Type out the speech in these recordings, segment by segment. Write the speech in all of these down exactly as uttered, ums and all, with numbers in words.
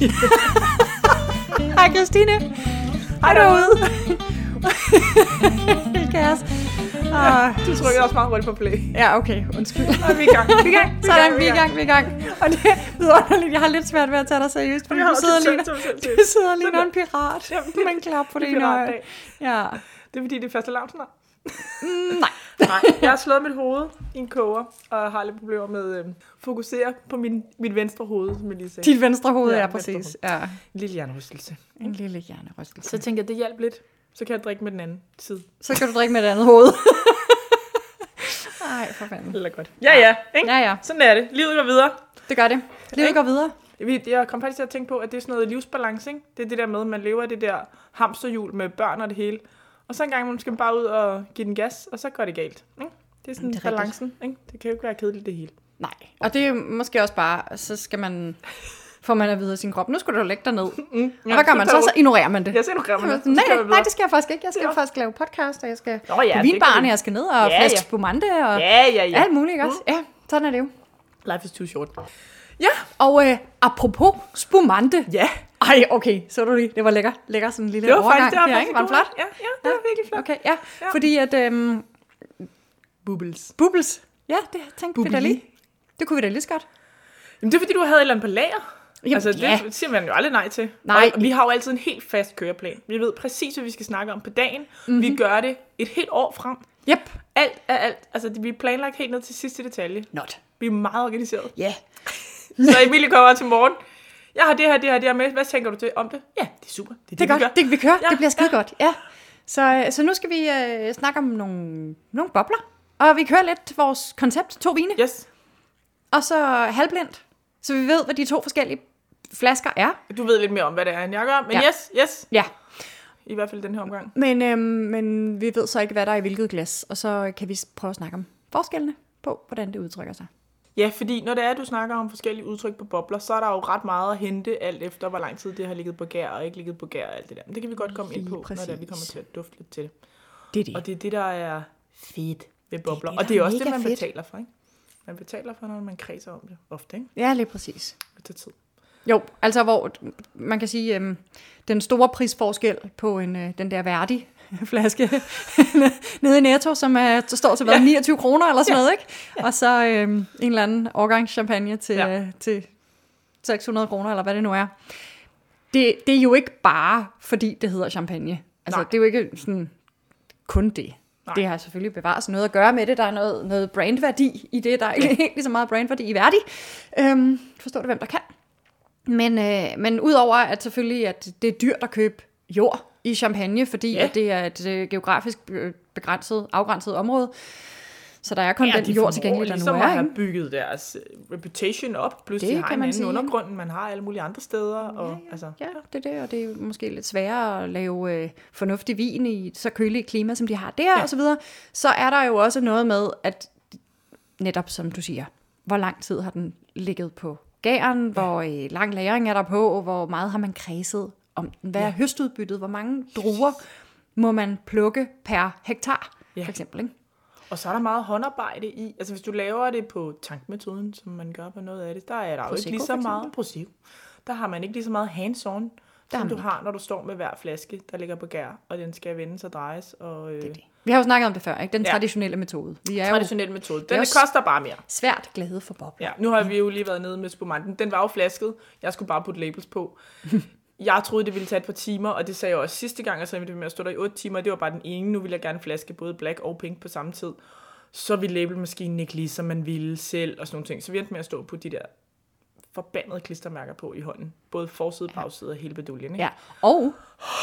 Hej Christine. Hej derude. Kaos. Ja, du trykker også meget hurtigt på play. Ja, okay. Undskyld. Og vi er i gang. Vi er i gang. Vi er Sådan, vi er i gang, vi er i gang. Og det er vidunderligt. Jeg har lidt svært ved at tage dig seriøst, fordi du sidder lige, du sidder lige en pirat med en klap på det ene øje. Ja. Det er fordi, det er faste lavn snart. Mm, nej. Nej, jeg har slået mit hoved i en koger, og har lidt problemer med at øh, fokusere på min, mit venstre hoved, som jeg lige sagde. Dit venstre hoved, ja, ja præcis. Ja. En lille hjernerystelse. En lille hjernerystelse. Så tænker jeg, det hjælper lidt. Så kan jeg drikke med den anden side. Så kan du drikke med det andet hoved. Nej, for fanden. Eller godt. Ja, ja. Ikke? Ja, ja. Sådan er det. Livet går videre. Det gør det. Livet ikke? går videre. Jeg kom faktisk til at tænke på, at det er sådan noget livsbalance, ikke? Det er det der med, at man lever i det der hamsterhjul med børn og det hele. Og så en gang, man skal bare ud og give den gas, og så går det galt. Ikke? Det er sådan det er balancen. Ikke? Det kan jo ikke være kedeligt, det hele. Nej, og det er måske også bare, så skal man, får man at vide af sin krop, nu skal du lægge dig ned. Mm, og hvad gør man så? Så ignorerer man det. Ja, så ignorerer man det. Nej, nej, nej, det skal jeg faktisk ikke. Jeg skal ja. faktisk lave podcast, og jeg skal Nå, ja, på vinbarne, jeg skal ned og ja, flæske ja. spumante og ja, ja, ja. alt muligt, ikke også? Mm. Ja, sådan er det jo. Life is too short. Ja, og øh, apropos spumante. Ja. Ej, okay, så du lige. Det var lækker, lækker sådan en lille det var overgang. Faktisk, det var ja, ikke? Var det flot? Ja, ja, det var virkelig flot. Okay, ja, ja. Fordi at... Øhm, Bubbles. Bubbles. Ja, det tænkte Bubble. vi da lige. Det kunne vi da lige så godt. Jamen det er fordi, du havde et eller andet på lager. Jamen, altså, det ja. siger man jo aldrig nej til. Nej. Og vi har jo altid en helt fast køreplan. Vi ved præcis, hvad vi skal snakke om på dagen. Mm-hmm. Vi gør det et helt år frem. Yep. Alt er alt. Altså, vi er planlagt helt ned til sidste detalje. Not. Vi er meget organiseret. Ja. Yeah. Så Emilie kommer til morgen. Jeg har det her, det her, det her med. Hvad tænker du til om det? Ja, det er super. Det er det, det er vi godt. gør. Det vi kører. Ja, det bliver skide ja. godt. Ja. Så, så nu skal vi øh, snakke om nogle, nogle bobler. Og vi kører lidt vores koncept. To vine. Yes. Og så halvblindt. Så vi ved, hvad de to forskellige flasker er. Du ved lidt mere om, hvad det er, end jeg gør. Men ja. yes, yes. Ja. I hvert fald den her omgang. Men, øhm, men vi ved så ikke, hvad der er i hvilket glas. Og så kan vi prøve at snakke om forskellene på, hvordan det udtrykker sig. Ja, fordi når det er, at du snakker om forskellige udtryk på bobler, så er der jo ret meget at hente alt efter, hvor lang tid det har ligget på gær og ikke ligget på gær og alt det der. Men det kan vi godt komme ind på, præcis. når det er, vi kommer til at dufte lidt til det. Det er det. Og det er det, der er fedt ved bobler. Det er det, og det er også det, man fedt. betaler for, ikke? Man betaler for, når man kredser om det ofte, ikke? Ja, lige præcis. Det tager tid. Jo, altså hvor man kan sige, øhm, den store prisforskel på en, øh, den der værdig flaske nede i Netto, som er, står til hvad, ja. niogtyve kroner eller sådan ja. noget, ikke? Ja. Og så øhm, en eller anden årgang champagne til, ja. øh, til seks hundrede kroner, eller hvad det nu er. Det, det er jo ikke bare, fordi det hedder champagne. Altså, Nej. det er jo ikke sådan kun det. Nej. Det har selvfølgelig bevaret noget at gøre med det. Der er noget, noget brandværdi i det. Der er ikke ja. helt lige så meget brandværdi i værdig. Øhm, forstår du, hvem der kan? Men, øh, men udover at selvfølgelig, at det er dyrt at købe jord i Champagne, fordi ja. at det er et øh, geografisk begrænset, afgrænset område, så der er kun ja, den jord tilgængelig, der ligesom nu er. De har bygget deres reputation op, plus det de har en anden undergrund, man har alle mulige andre steder. Og, ja, ja. Altså, ja, det er det, og det er måske lidt sværere at lave øh, fornuftig vin i så kølige klima, som de har der, ja. og så videre. Så er der jo også noget med, at netop som du siger, hvor lang tid har den ligget på gæren, ja. hvor øh, lang lagring er der på, hvor meget har man kredset om den. Hvad er ja. høstudbyttet? Hvor mange druer må man plukke per hektar, ja. for eksempel, ikke? Og så er der meget håndarbejde i, altså hvis du laver det på tankmetoden, som man gør på noget af det, der er der jo ikke lige så meget Prosecco. Der har man ikke lige så meget hands-on, som du har, når du står med hver flaske, der ligger på gær, og den skal vendes og drejes. Og, øh... det det. Vi har jo snakket om det før, ikke? Den ja. traditionelle metode. Vi er traditionelle metode. Den koster bare mere. Svært glæde for bobler. Ja, nu har vi jo lige været nede med spumanten. Den var jo flasket. Jeg skulle bare putte labels på. Jeg troede, det ville tage et par timer, og det sagde jeg også sidste gang, og så ville det med at stå der i otte timer, det var bare den ene. Nu ville jeg gerne flaske både black og pink på samme tid. Så ville labelmaskinen ikke lige, som man ville selv, og sådan nogle ting. Så vi endte med at stå på de der forbandede klistermærker på i hånden. Både forside, bagside og hele beduljen. Ja, og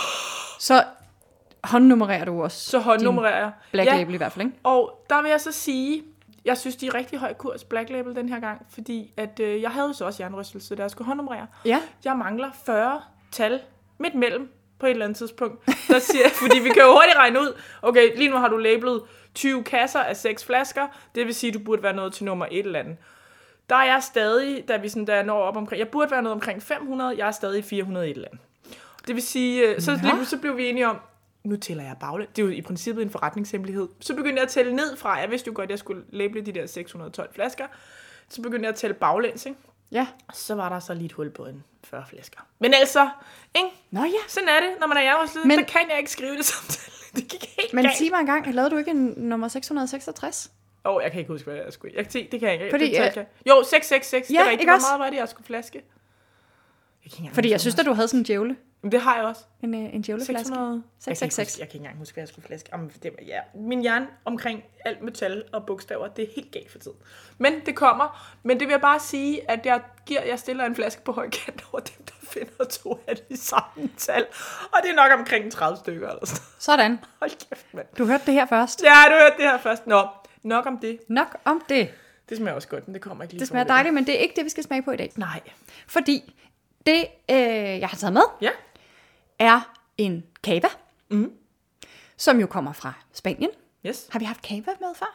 så håndnummererer du også. Så håndnummererer jeg. Black ja. label i hvert fald, ikke? Og der vil jeg så sige, jeg synes, de er rigtig høj kurs Black Label den her gang, fordi at, øh, jeg havde jo så også hjernerystelse, da jeg skulle håndnummerere. Ja. Jeg mangler fyrre tal midt mellem på et eller andet tidspunkt. Der siger, fordi vi kan jo hurtigt regne ud, okay, lige nu har du labelet tyve kasser af seks flasker, det vil sige, at du burde være nået til nummer et eller andet. Der er jeg stadig, da vi sådan, da jeg når op omkring, jeg burde være nået omkring fem hundrede, jeg er stadig fire hundrede et eller andet. Det vil sige, så, lige, så blev vi enige om, nu tæller jeg baglæns. Det er jo i princippet en forretningshemmelighed. Så begyndte jeg at tælle ned fra, jeg vidste jo godt, at jeg skulle label de der seks hundrede og tolv flasker. Så begyndte jeg at tælle baglæns, ikke? Ja. Så var der så lige et hul på en fyrre flasker. Men altså, ikke? Nå ja. Sådan er det, når man er hjerneslidende. Men- Der kan jeg ikke skrive det samtidig. Det gik helt Men galt. sig mig engang, lavede du ikke en nummer seks hundrede og seksogtres? Åh, oh, jeg kan ikke huske, hvad jeg skulle. Jeg kan se, det kan jeg ikke. Fordi, det tager øh, jeg ikke. Jo, seks seks seks. ja, det er rigtigt. ikke Hvor også? meget var det, jeg skulle flaske? Jeg kan ikke engang Fordi huske, jeg synes, hvor at du havde sådan en djævle. meget. Det har jeg også. En, øh, en djævleflaske. seks hundrede. seks Jeg kan, seks ikke seks. huske, jeg kan ikke engang huske, hvad jeg skulle flaske. Jamen, det var, ja. Min hjerne omkring alt med tal og bogstaver, det er helt galt for tiden. Men det kommer. Men det vil jeg bare sige, at jeg, giver, jeg stiller en flaske på højkant over dem, der finder to af de samme tal. Og det er nok omkring tredive stykker eller sådan. Sådan. Hold kæft, mand. Du hørte det her først. Ja, du hørte det her først. Nå, nok om det. Nok om det. Det smager også godt, men det kommer ikke lige Det smager foreløbig. dejligt, men det er ikke det, vi skal smage på i dag. Nej. Fordi det, øh, jeg har taget med, Ja. er en cava, Mm. som jo kommer fra Spanien. Yes. Har vi haft cava med før?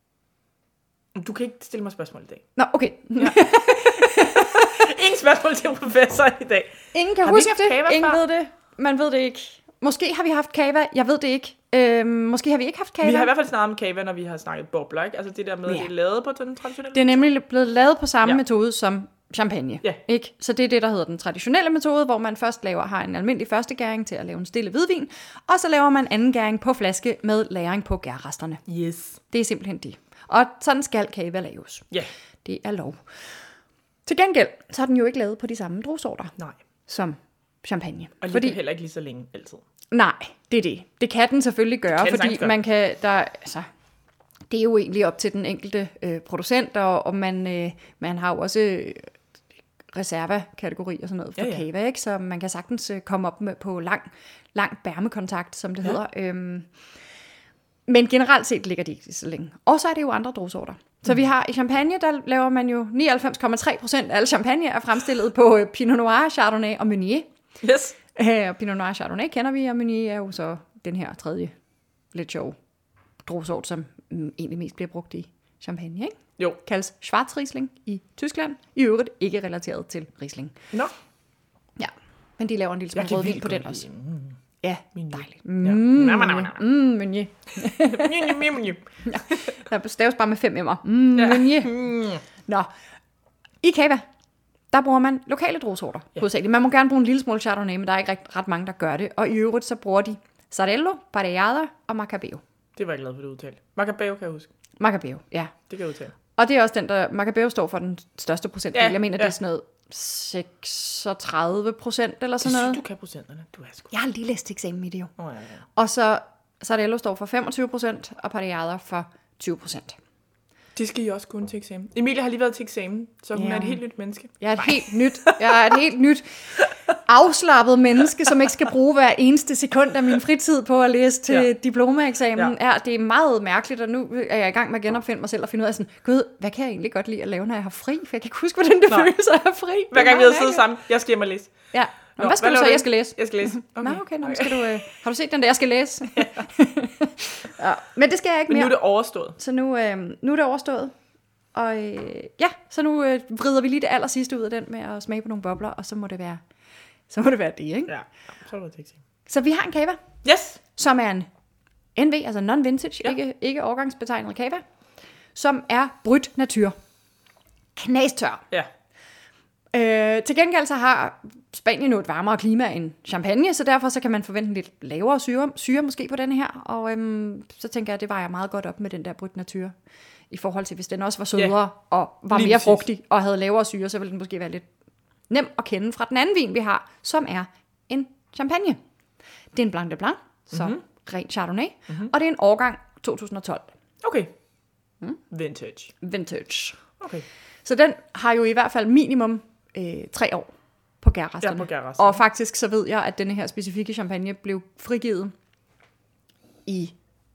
Du kan ikke stille mig spørgsmål i dag. Nå, okay. Ja. Ingen spørgsmål til professoren i dag. Ingen kan Har vi huske ikke haft det. cava Ingen før? ved det. Man ved det ikke. Måske har vi haft cava. Jeg ved det ikke. Øhm, måske har vi ikke haft cava. Vi har i hvert fald snakket om kava, når vi har snakket bobler, ikke? Altså det der med, Ja. at det er lavet på den traditionelle. Det er nemlig blevet lavet på samme Ja. metode som champagne. Ja. Ikke? Så det er det, der hedder den traditionelle metode, hvor man først laver, har en almindelig førstegæring til at lave en stille hvidvin, og så laver man anden gæring på flaske med lagring på gærresterne. Yes. Det er simpelthen det. Og sådan skal cava laves. Ja. Det er lov. Til gengæld, så er den jo ikke lavet på de samme druesorter Nej. som champagne. Og Fordi, Fordi... heller ikke lige så længe, altid. nej, det er det. Det kan den selvfølgelig gøre, Det kan den fordi sagtens gøre. man kan, der, altså, det er jo egentlig op til den enkelte øh, producent, og, og man, øh, man har jo også øh, reservekategori og sådan noget for Ja, ja, ja. ja. cava, ikke? Så man kan sagtens øh, komme op med på lang, lang bærmekontakt, som det Ja. hedder. Øhm, men generelt set ligger de ikke så længe. Og så er det jo andre druesorter. Så Mm. vi har i champagne, der laver man jo nioghalvfems komma tre procent af al champagne er fremstillet på øh, Pinot Noir, Chardonnay og Meunier. Yes. Øh, og Pinot Noir og Chardonnay kender vi, og Meunier er jo så den her tredje lidt sjov druesort, som mm, egentlig mest bliver brugt i champagne, ikke? Jo. Kaldes Schwarzriesling i Tyskland. I øvrigt ikke relateret til Riesling. Nå. Ja, men de laver en lille smule rødvin på den også. Mm. Ja, Min dejligt. Ja. Mm, Nam, nam, nam, nam. mm, Meunier. Der staves bare med fem emmer. Mm, Meunier. Mm. Nå, i cava, der bruger man lokale druesorter. Ja. Ja. Man må gerne bruge en lille smule Chardonnay, men der er ikke ret, ret mange, der gør det. Og i øvrigt, så bruger de Sardello, Parellada og Macabeo. Det var jeg glad for, det udtale. Macabeo kan jeg huske. Macabeo, ja. Det kan jeg udtale. Og det er også den, der... Macabeo står for den største procentdel. Ja, Jeg mener, ja. det er sådan noget seksogtredive procent eller Det sådan synes noget. du kan procenterne. Du er sgu. Jeg har lige læst eksamen i det jo. Oh, ja, ja. Og så Sardello står for femogtyve procent, og Parellada for tyve procent. Det skal I også kunne til eksamen. Emilie har lige været til eksamen, så hun Ja. er et helt nyt menneske. Jeg er et helt nyt, jeg er et helt nyt afslappet menneske, som ikke skal bruge hver eneste sekund af min fritid på at læse til Ja. ja. diplomaeksamen. Ja. Ja. Er, det er meget mærkeligt, og nu er jeg i gang med at genopfinde mig selv og finde ud af sådan, gud, hvad kan jeg egentlig godt lide at lave, når jeg har fri? For jeg kan ikke huske, hvordan det Nej. føles at have fri. Det Hver er gang vi meget har siddet mærkeligt. sammen, jeg skal hjem og læse. Ja. Nå, Nå, hvad skal hvad du så? laver Jeg skal læse. Jeg skal læse. Okay. Nå, okay, nå, skal du, øh, har du set den der, jeg skal læse? Ja. Ja, men det skal jeg ikke Men mere. nu er det overstået. Så nu, øh, nu er det overstået. Og øh, ja, så nu øh, vrider vi lige det aller sidste ud af den med at smage på nogle bobler, og så må det være, så må det, være det, ikke? Ja, så er det til eksamen. Så vi har en cava, Yes! som er en N V, altså non-vintage, Ja. ja. ikke, ikke årgangsbetegnet cava, som er bryt natur. Knastør. Ja. Øh, til gengæld så har Spanien jo et varmere klima end Champagne, så derfor så kan man forvente en lidt lavere syre, syre måske på denne her, og øhm, så tænker jeg, at det vejer meget godt op med den der bryt natur, i forhold til hvis den også var sødere Ja. og var Lige mere præcis. frugtig og havde lavere syre, så ville den måske være lidt nem at kende fra den anden vin, vi har, som er en Champagne. Det er en Blanc de Blanc, så Mhm. ren Chardonnay, mm-hmm. og det er en årgang to tusind og tolv. Okay. Mm. Vintage. Vintage. Okay. Så den har jo i hvert fald minimum øh, tre år på gærresterne. Ja, på gærresterne. Og faktisk så ved jeg, at denne her specifikke champagne blev frigivet i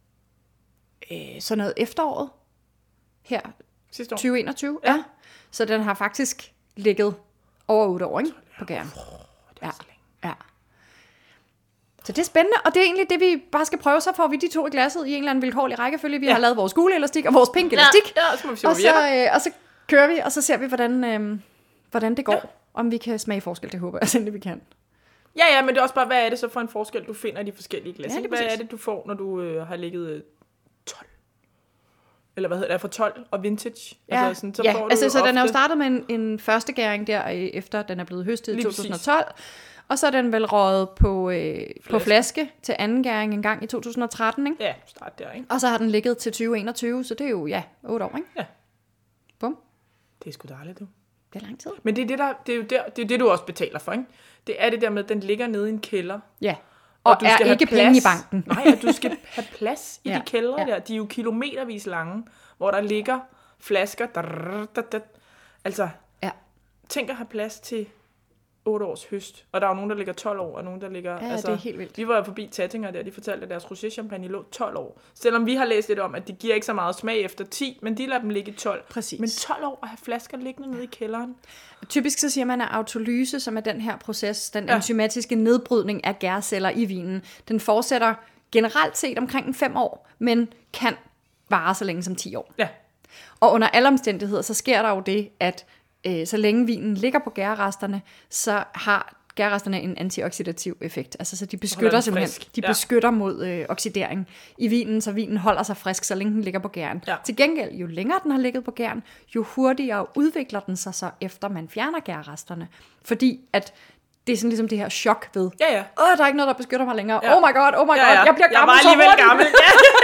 øh, sådan noget efteråret her Sidste år. tyve enogtyve. Ja. Ja. Så den har faktisk ligget over otte år, ikke? På gæren. Det er Ja. så længe. Ja. Så det er spændende, og det er egentlig det, vi bare skal prøve. Så får vi de to i glasset i en eller anden vilkårlig rækkefølge. Vi Ja. har lavet vores gule elastik og vores pink elastik. Ja, ja, så må vi se, Og hvor vi ender. så, øh, og så kører vi, og så ser vi, hvordan, øh, hvordan det går. Ja. Ja. Om vi kan smage forskel, det håber jeg simpelthen, vi kan. Ja, ja, men det er også bare, hvad er det så for en forskel, du finder i de forskellige glas? Ja, ikke? lige Hvad er præcis. det, du får, når du øh, har ligget øh, tolv? eller hvad hedder det, fra tolv og vintage. Ja, altså, sådan, så ja. får du altså så ofte... den er jo startet med en, en første gæring der, øh, efter den er blevet høstet i Lige to tusind og tolv. Præcis. Og så er den vel røget på, øh, flaske. på flaske til anden gæring en gang i to tusind og tretten, ikke? Ja, start der, ikke? Og så har den ligget til tyve enogtyve, så det er jo, ja, otte år, ikke? Ja. Bum. Det er sgu dejligt, du. Det er lang tid. Men det er, det, der, det er jo der, det, er det, du også betaler for, ikke? Det er det der med, at den ligger nede i en kælder. Ja. Og, og du er skal ikke penge i banken. Nej, og du skal have plads i ja. de kældre ja. der. De er jo kilometervis lange, hvor der ligger flasker. Der, der, der. Altså, ja. tænk at have plads til otte års høst. Og der er jo nogen, der ligger tolv år, og nogen, der ligger... Ja, altså, det er helt vildt. Vi var forbi Tattinger der, de fortalte, at deres rosé-champagne lå tolv år. Selvom vi har læst lidt om, at de giver ikke så meget smag efter ti, men de lader dem ligge i tolv. Præcis. Men tolv år at have flasker liggende nede i kælderen. Typisk så siger man, at autolyse, som er den her proces, den ja. enzymatiske nedbrydning af gærceller i vinen, den fortsætter generelt set omkring fem år, men kan vare så længe som ti år. Ja. Og under alle omstændigheder, så sker der jo det, at øh, så længe vinen ligger på gærresterne, så har gærresterne en antioxidativ effekt. Altså så de beskytter simpelthen, de ja. beskytter mod øh, oxidering i vinen, så vinen holder sig frisk, så længe den ligger på gæren. Ja. Til gengæld, jo længere den har ligget på gæren, jo hurtigere udvikler den sig så, efter man fjerner gærresterne. Fordi at det er sådan ligesom det her chok ved, ja, ja. åh, der er ikke noget, der beskytter mig længere. Ja. Oh my god, oh my ja, ja. god, jeg bliver gammel så hurtigt. Jeg var alligevel gammel.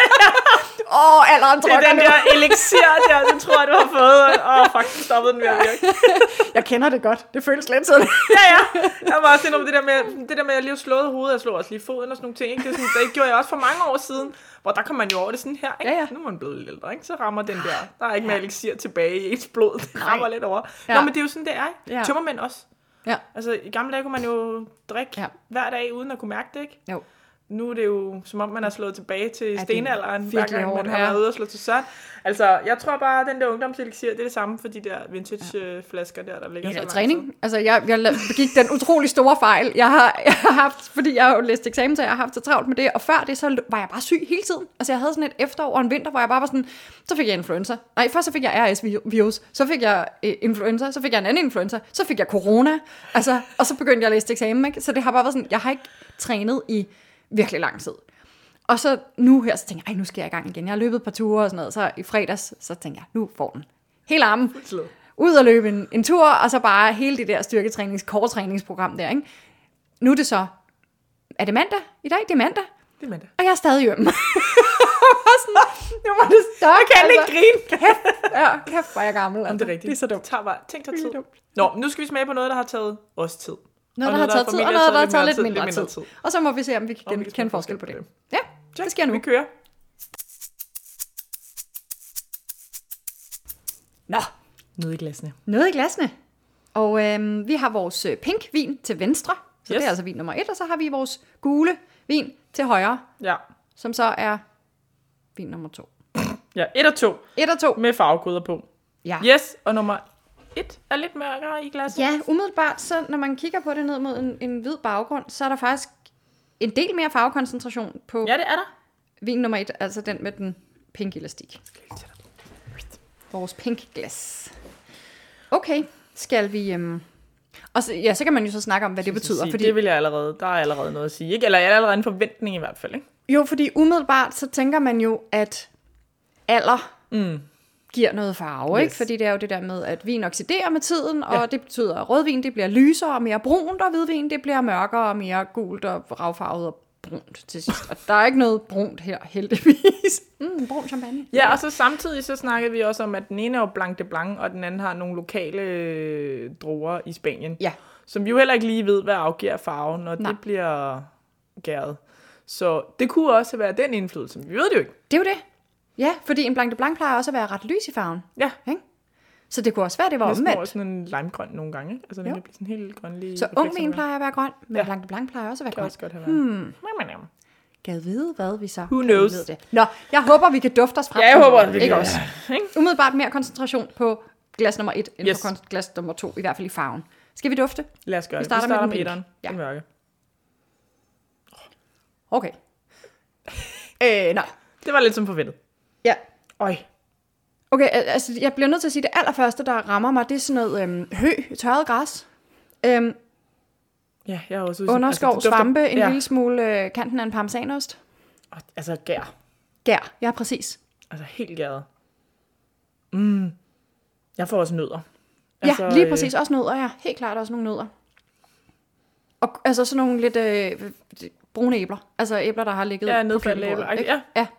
Åh, oh, alderen trykker det er den der elixir der, den tror jeg, du har fået. Åh, oh, faktisk stoppede den ved at virke. Jeg kender det godt. Det føles lidt sådan. ja, ja. Jeg var også inde om det der med, det der med at lige slået hovedet. Jeg slog også lige foden og sådan nogle ting. Ikke? Det, sådan, det gjorde jeg også for mange år siden. Hvor der kom man jo over det sådan her. Ikke? Ja, ja. Nu er man blevet lidt ældre, ikke? Så rammer den der. Der er ikke mere elixir tilbage i ens blod. Det rammer lidt over. Ja. Nå, men det er jo sådan, det er. Ja. Tømmermænd også. Ja. Altså, i gamle dage kunne man jo drikke ja. hver dag, uden at kunne mærke det, ikke? Jo. Nu er det jo, som om man er slået tilbage til ja, stenalderen, hver gang hårdt, man har ja. været ude og slået til søren. Altså, jeg tror bare, at den der ungdomselixir, det er det samme for de der vintage-flasker der, der ligger ja, så langt. Træning. Altså, jeg, jeg begik den utrolig store fejl. Jeg har, jeg har haft, fordi jeg har jo læst eksamen, så jeg har haft så travlt med det, og før det, så var jeg bare syg hele tiden. Altså, jeg havde sådan et efterår og en vinter, hvor jeg bare var sådan, så fik jeg influenza. Nej, først så fik jeg R S-virus, så fik jeg øh, influenza, så fik jeg en anden influenza, så fik jeg corona, altså, og så begyndte jeg at læse eksamen, ikke? Så det har bare været sådan, jeg har ikke trænet i virkelig lang tid. Og så nu her, så tænker jeg, ej, nu skal jeg i gang igen. Jeg har løbet et par ture og sådan noget, så i fredags, så tænker jeg, nu får den hele armen ud og løbe en, en tur, og så bare hele det der styrketrænings, core-træningsprogram der, ikke? Nu er det så, er det mandag i dag? Det er mandag. Det er mandag. Og jeg er stadig hjemme. Nu må det stoppe. Jeg kan altså. Ikke grine. Kæft, ja, kæft, hvor er jeg gammel. Altså. Det er rigtigt. Det er så dumt. Det tager bare, tænk dig tid. Nå, nu skal vi smage på noget, der har taget os tid. Noget, der har taget tid, og noget, der har taget lidt mindre tid. tid. Og så må vi se, om vi kan kende, kende forskel på det. Ja, Check. Det sker nu. Vi kører. Nå. Noget i glasene. Noget i glasene. Og øhm, vi har vores pink vin til venstre, så yes. Det er altså vin nummer et, og så har vi vores gule vin til højre, ja. Som så er vin nummer to. Ja, et og to. Et og to. Med farvekoder på. Ja. Yes, og nummer et er lidt mørkere i glasset. Ja, umiddelbart, så når man kigger på det ned mod en, en hvid baggrund, så er der faktisk en del mere farvekoncentration på ja, det er der. Vin nummer et, altså den med den pink elastik. Vores pink glas. Okay, skal vi... Øhm... Og så, ja, så kan man jo så snakke om, hvad det betyder. Sige, fordi... Det vil jeg allerede, der er allerede noget at sige, ikke? Eller er der allerede en forventning i hvert fald, ikke? Jo, fordi umiddelbart, så tænker man jo, at alder mm. giver noget farve, yes. Ikke? Fordi det er jo det der med, at vin oxiderer med tiden, og ja. Det betyder, at rødvin det bliver lysere og mere brunt, og hvidvin det bliver mørkere og mere gult og ragfarvet og brunt til sidst. Og der er ikke noget brunt her, heldigvis. Mm, brun champagne. Ja, og så samtidig så snakkede vi også om, at den ene er jo Blanc de Blanc, og den anden har nogle lokale øh, druer i Spanien. Ja. Som vi jo heller ikke lige ved, hvad afgiver farven, når Nej. det bliver gæret. Så det kunne også være den indflydelse, vi ved det jo ikke. Det er jo det. Ja, fordi en Blanc de Blanc plejer også at være ret lys i farven. Ja. Ikke? Så det kunne også være, det var omvendt. omvendt. Det er sådan en limegrøn nogle gange, ikke? Altså den kan blive sådan helt grønlig. Så ung vin plejer at være grøn, men ja. Blanc de Blanc plejer også at være grøn. grøn. Det kan også godt have Hmm. været. Gad vide, hvad vi så Who knows? det. Nå, jeg håber, vi kan dufte os frem. Ja, jeg håber, vi ikke kan. Også. Ikke? Umiddelbart mere koncentration på glas nummer et, end yes. på glas nummer to, i hvert fald i farven. Skal vi dufte? Lad os gøre vi det. starter Vi starter med, med etteren. Ja. Den mørke. Okay. øh, nej. Det var lidt som forventet. Ja. Øj. Okay, altså jeg bliver nødt til at sige, at det allerførste, der rammer mig, det er sådan noget øhm, hø, tørret græs. Øhm, ja, jeg har også underskov, altså, svampe, en ja. lille smule øh, kanten af en parmesanost. Altså gær. Gær, ja præcis. Altså helt gæret. Mm. Jeg får også nødder. Ja, altså, lige præcis. Også nødder, ja. Helt klart også nogle nødder. Og altså sådan nogle lidt øh, brune æbler. Altså æbler, der har ligget ja, på køllebordet. Ja, ja.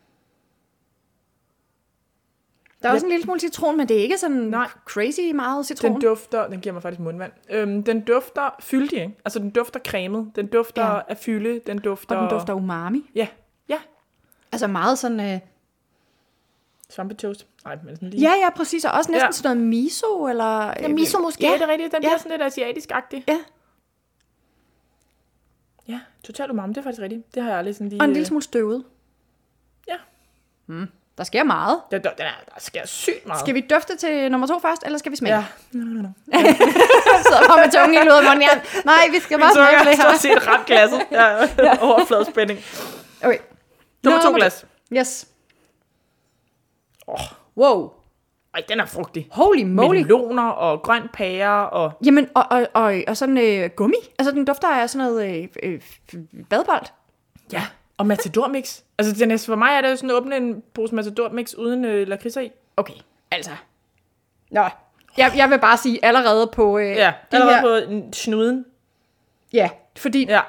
Der er også en lille smule citron, men det er ikke sådan Nej. crazy meget citron. Den dufter, den giver mig faktisk mundvand. Øhm, den dufter fyldig, ikke? Altså den dufter cremet, den dufter ja. af fylde, den dufter... Og den dufter umami. Ja, ja. Altså meget sådan... Øh... Svampetoast. Nej, men sådan lige... Ja, ja, præcis. Og også næsten ja. sådan noget miso, eller... Ja, miso måske. Ja, det er rigtigt. Den ja. bliver sådan lidt asiatisk-agtig. Ja. Ja, totalt umami, det er faktisk rigtigt. Det har jeg aldrig sådan lige... Og en lille smule støvet. Ja. Hmm. Der sker meget. Der, der, der, der sker sygt meget. Skal vi dufte til nummer to først, eller skal vi smage? Ja. No, no, no. Så kommer med tungen i ud af munden. Ja. Nej, vi skal bare smage på det her. Vi står set ret glasset. Ja, ja. Overfladespænding. Okay. Nummer to glas. Yes. Oh. Wow. Ej, den er frugtig. Holy moly. Meloner og grøn pære og... Jamen, og, og, og, og sådan øh, gummi. Altså, den dufter af sådan noget øh, øh, badebold. Ja. Og matadormix. Altså, det er næsten, for mig er det jo sådan at åbne en pose matadormix uden øh, lakridser i. Okay, altså. Nå, jeg, jeg vil bare sige allerede på... Øh, ja, allerede her, på snuden. Ja, fordi ja.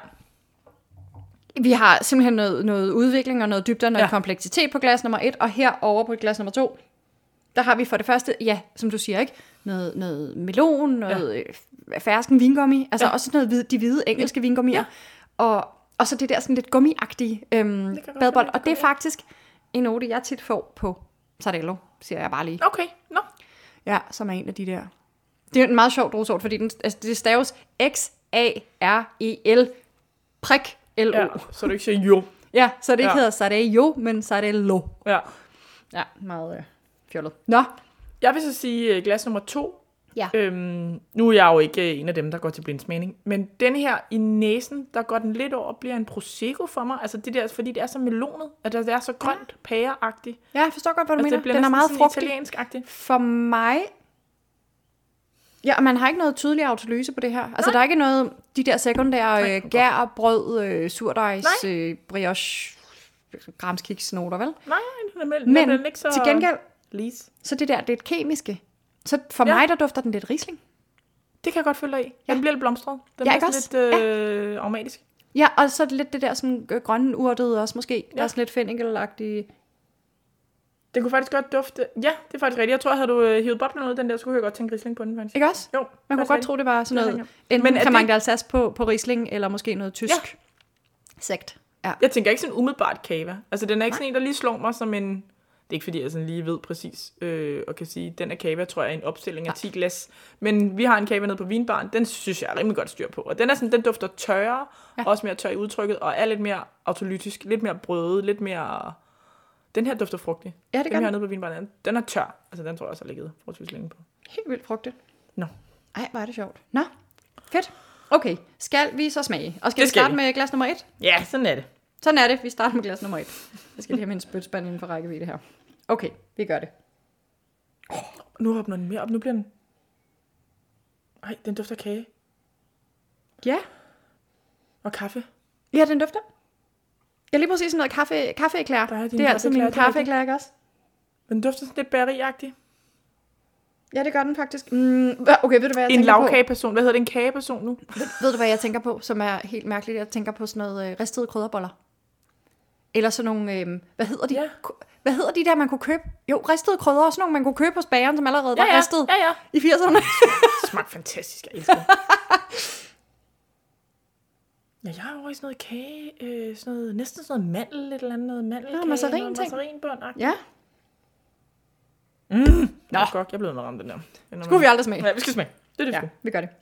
vi har simpelthen noget, noget udvikling og noget dybde og noget ja. kompleksitet på glas nummer et, og herovre på glas nummer to, der har vi for det første, ja, som du siger, ikke, noget, noget melon, noget ja. fersken vingummi, altså ja. også noget hvide, de hvide engelske ja. vingummier, ja. og... Og så det der sådan lidt gummiagtige øhm, badebold. Og det er faktisk en note, jeg tit får på Sardello, siger jeg bare lige. Okay, nå. No. Ja, som er en af de der. Det er en meget sjov druesort, fordi den, altså, det staves X A R E L prik L O. Ja, så du ikke siger jo. Ja, så det ikke ja. hedder Sardello, men Sardello. Ja. Ja, meget øh, fjollet. Nå. Jeg vil så sige uh, glas nummer to. Ja. Øhm, nu er jeg jo ikke en af dem, der går til blindsmagning, men den her i næsen, der går den lidt over og bliver en prosecco for mig. Altså det der, fordi det er så melonet, at det er så grønt, ja. pæreagtigt. Ja, jeg forstår godt, hvad du altså, mener. Den er meget frugtig. Italiensk-agtig. For mig... Ja, og man har ikke noget tydelig autolyse på det her. Altså, Nej. der er ikke noget... De der sekundære øh, gær, brød, øh, surdejs, øh, brioche, gramskiksnoter, vel? Nej, den er, men den er ikke så... til gengæld... Lise. Så det der, det er et kemiske. Så for ja. mig, der dufter den lidt Riesling. Det kan jeg godt følge dig i. Ja. Den bliver lidt blomstret. Den ja, bliver også? lidt øh, ja. aromatisk. Ja, og så er det lidt det der sådan, øh, grønne urtede også måske. Ja. Der er sådan lidt fennikelagtige. Det kunne faktisk godt dufte. Ja, det er faktisk rigtigt. Jeg tror, havde du øh, hivet boblen ud af den der, så kunne jeg godt tænke Riesling på den. Faktisk. Ikke også? Jo. Man kunne godt rigtigt. tro, det var sådan noget. Enten kan man d'Alsace på, på Riesling, eller måske noget tysk ja. sekt. Ja. Jeg tænker ikke sådan umiddelbart cava. Altså, den er ikke Nej. sådan en, der lige slår mig som en... Det er ikke fordi, jeg sådan lige ved præcis, øh, og kan sige, den er cava, tror jeg, er en opstilling af ti glas. Men vi har en cava nede på vinbaren, den synes jeg er rimelig godt styr på. Og den er sådan, den dufter tørre, ja. også mere tør i udtrykket, og er lidt mere autolytisk, lidt mere brødet, lidt mere... Den her dufter frugtig. Ja, det den gør vi har nede på vinbaren, den er tør. Altså, den tror jeg også har ligget forholdsvis længe på. Helt vildt frugtigt. Nå. Ej, hvor er det sjovt. Nå, fedt. Okay, skal vi så smage? Og skal, skal vi starte vi. med glas nummer et? Ja, sådan er det. Sådan er det. Vi starter med glas nummer et. Jeg skal lige have min spytspand inden for rækkevidde her. Okay, vi gør det. Oh, nu åbner den mere op. Nu bliver den... Ej, den dufter kage. Ja. Og kaffe. Ja, den dufter. Jeg lige præcis sådan noget kaffe, kaffeeklære. Det er altså min kaffeeklære, ikke også? Den dufter sådan lidt bageriagtig. Ja, det gør den faktisk. Mm, okay, ved du hvad jeg en tænker på? En lavkageperson. Hvad hedder det? En kageperson nu? Ved, ved du hvad jeg tænker på, som er helt mærkeligt? Jeg tænker på sådan noget øh, ristede krydderboller. Eller sådan nogle, øh, hvad hedder de? Ja. Hvad hedder de der, man kunne købe? Jo, ristede krydder, og sådan nogle, man kunne købe hos bageren, som allerede ja, var ja. ristet ja, ja. i firserne. Det smagte fantastisk, jeg elsker det. Ja, jeg har jo også noget kage, øh, sådan noget, næsten sådan noget mandel, et eller andet, noget mandelkage. Ja, masserin ting. Maserinbånd-agtigt. Ja. Mm. Nå. Jeg er godt, jeg blev med ramt den der. Den Skulle vi aldrig smage? Ja, vi skal smage. Det er det, ja, sgu. vi gør det.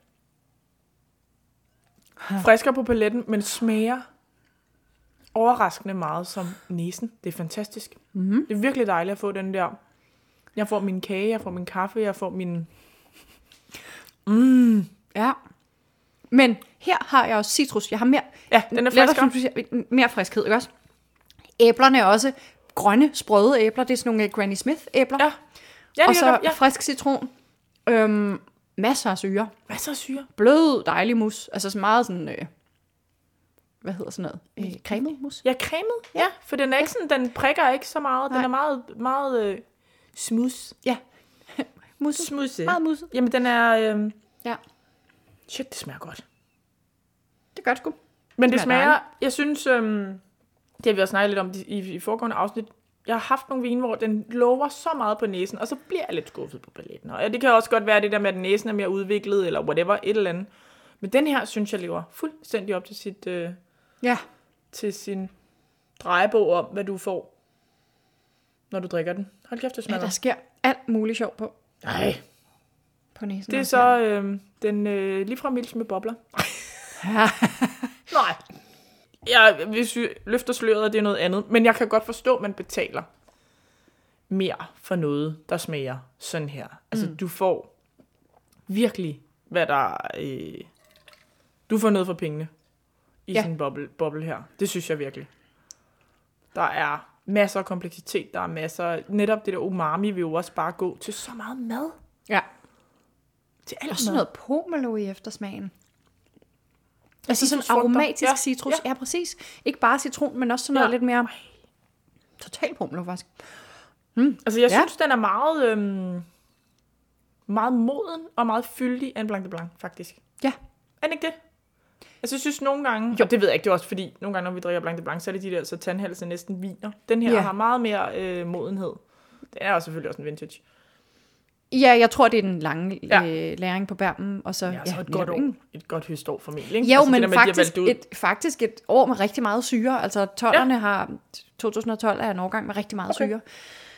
Frisker på paletten, men smager overraskende meget som næsen. Det er fantastisk. Mm-hmm. Det er virkelig dejligt at få den der. Jeg får min kage, jeg får min kaffe, jeg får min... Mm. Ja. Men her har jeg også citrus. Jeg har mere... Ja, den er friskere. Mere friskhed, ikke også? Æblerne er også grønne, sprøde æbler. Det er sådan nogle Granny Smith æbler. Ja. Ja, og så ja. frisk citron. Øhm, masser af syre. Masser af syre. Blød, dejlig mus. Altså så meget sådan... Øh, hvad hedder sådan noget? Øh, cremet mus? Ja, cremet. Ja, for den er ikke sådan, den prikker ikke så meget. Den ja. er meget, meget øh, Smus. Ja. Musse. Smusse. Meget musse. Jamen, den er... Øh... Ja. Shit, det smager godt. Det gør det sgu. Men det Det smager smager... dejligt. Jeg synes... Øh... Det har vi også snakket lidt om i, i foregående afsnit. Jeg har haft nogle vine, hvor den lover så meget på næsen, og så bliver jeg lidt skuffet på paletten. Og det kan også godt være det der med, at næsen er mere udviklet, eller whatever, et eller andet. Men den her, synes jeg, lever fuldstændig op til sit... Øh... Ja. til sin drejebog om, hvad du får, når du drikker den. Hold kæft, det Ja, smager. der sker alt muligt sjov på. Nej. På næsen. Det er så øh, den øh, lige fra Mils med bobler. Ja. Nej. Jeg, hvis vi løfter sløret, det er noget andet. Men jeg kan godt forstå, at man betaler mere for noget, der smager sådan her. Altså, mm. du får virkelig, hvad der... Øh, du får noget for pengene i Ja. sådan en boble, boble her. Det synes jeg virkelig. Der er masser af kompleksitet, der er masser... Netop det der umami vil jo også bare gå til så meget mad. Ja. Til alt Og sådan mad. noget pomelo i eftersmagen. Altså sådan citrusfrugter. aromatisk Ja, citrus. ja. Ja, præcis. Ikke bare citron, men også sådan noget Ja. lidt mere... Total pomelo, faktisk. Altså, jeg Ja. synes, den er meget... Øhm, meget moden og meget fyldig af en Blanc de Blanc, faktisk. Ja. Er den ikke det? Altså, jeg synes nogle gange... Jo. Og det ved jeg ikke, det er også fordi, nogle gange, når vi drikker Blanc de Blanc, så er det de der, så tandhalse næsten viner. Den her Ja. har meget mere øh, modenhed. Den er jo selvfølgelig også en vintage. Ja, jeg tror, det er den lange Ja. øh, læring på bærmen. Og så, Ja, så ja, et godt år. netop, Et godt høstår formentlig, ikke? Jo, altså, men det der med, at de har faktisk valgt ud. et, faktisk et år med rigtig meget syre. Altså tolderne ja. har... to tusind og tolv er en årgang med rigtig meget Okay. syre.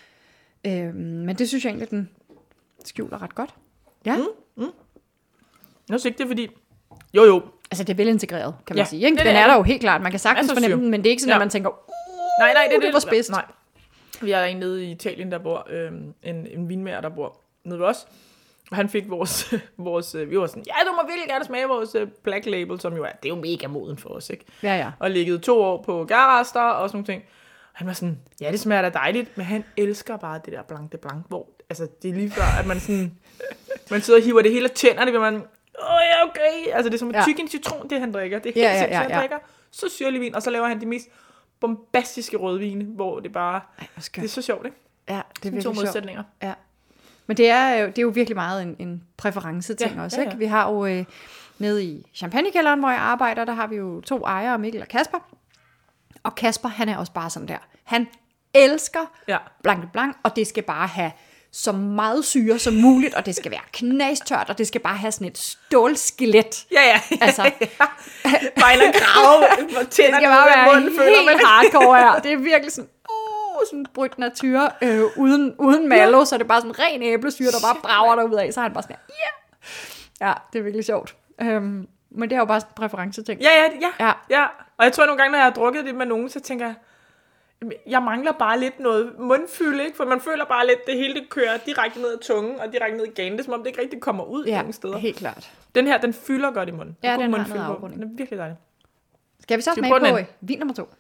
Øhm, men det synes jeg egentlig, den skjuler ret godt. Ja, mm. Jeg synes ikke, det er fordi... Jo, jo. altså det er velintegreret, kan man Ja, sige. Ikke? det er Den det. er der jo helt klart. Man kan sagtens Masser af fornemme syre. den, men det er ikke sådan, Ja. at man tænker, uh, Nej, nej, det, er det var spidst. Nej. Vi er en nede i Italien, der bor øh, en, en vinmager, der bor nede ved os. Og han fik vores, vores øh, vi var sådan, ja, du må virkelig gerne smage vores øh, Black Label, som jo er, det er jo mega moden for os, ikke? Ja, ja. Og ligget to år på gærrester og sådan nogle ting. Og han var sådan, ja, det smager da dejligt, men han elsker bare det der Blanc de Blanc, hvor, altså, det er lige før, at man sådan, man sidder og hiver det hele af tænderne, hvor man, åh ja, okay, altså det er som at Ja. tykke en citron, det han drikker, det er helt Ja, ja, sindssygt, ja, han ja. drikker så syrlig vin, og så laver han de mest bombastiske rødvine, hvor det bare, Ej, hvor skørt. det er så sjovt, ikke? Ja, det er De to virkelig sjovt. modsætninger. Ja. Men det er jo, det er jo virkelig meget en, en præferenceting Ja, også. ja, Ikke? ja. Vi har jo øh, nede i champagnekælderen, hvor jeg arbejder, der har vi jo to ejere, Mikkel og Kasper. Og Kasper, han er også bare sådan der. Han elsker Ja. Blanc de Blanc, og det skal bare have så meget syre som muligt, og det skal være knastørt, og det skal bare have sådan et stålskelet. Ja, ja. Altså, Bare en grave, hvor det tænderne skal bare ud af være munden, føler man. helt hardcore her. Det er virkelig sådan, uh, sådan brydt natur, øh, uden, uden malo, ja. Så er det bare sådan ren æblesyre, der bare brager derud af. Så er han bare sådan, ja, yeah. Ja, det er virkelig sjovt. Øhm, men det er jo bare sådan en præferenceting. Ja, ja, ja, Ja. ja. Og jeg tror nogle gange, når jeg har drukket det med nogen, så tænker jeg, jamen, jeg mangler bare lidt noget mundfylde, ikke? For man føler bare lidt, det hele det kører direkte ned ad tungen, og direkte ned i ganen. Det er som om, det ikke rigtig kommer ud Ja, nogen steder. helt klart. Den her, den fylder godt i munden. Ja, God den har mundfylde noget på. afrunding. Den er virkelig dejlig. Skal vi så Skal vi smage prøve på den øh, vin nummer to?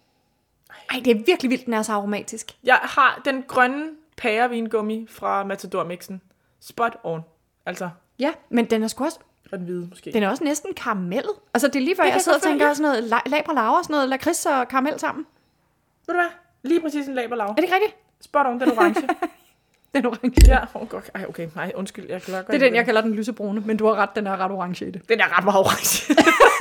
Ej, det er virkelig vildt, den er så aromatisk. Jeg har den grønne pærevingummi fra Matador-mixen. Spot on. Altså, Ja, men den er sgu også, og den hvide måske. den er også næsten karamellet. Altså, det er lige før, Det jeg kan sidder og jeg godt tænker følge, sådan noget la- labra laver, sådan noget lakrids og karamel sammen. Ved du hvad? Lige præcis en laberlav. Er det ikke rigtigt? Spot on, den orange. Den orange. Ja, oh, godt. Ej, okay. Nej, undskyld. Jeg kan godt Det er den, jeg kalder den lysebrune, men du har ret, den er ret orange i det. Den er ret meget orange.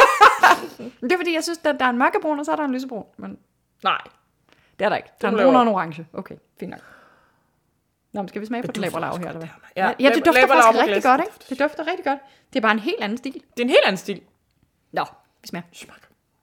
Men det er fordi, jeg synes, at der er en mørkebrun, og så er der en lysebrun. Men Nej. det er der ikke. Der er må en lave brun og om. en orange. Okay, fint nok. Nå, men skal vi smage på den dufter laberlav også her, godt, eller hvad? det her. Ja, Ja, ja, det dufter laberlav faktisk på rigtig glas. godt, ikke? Det dufter rigtig godt. Det er bare en helt anden stil. Det er en helt anden stil. Nå, vi smager. Smak.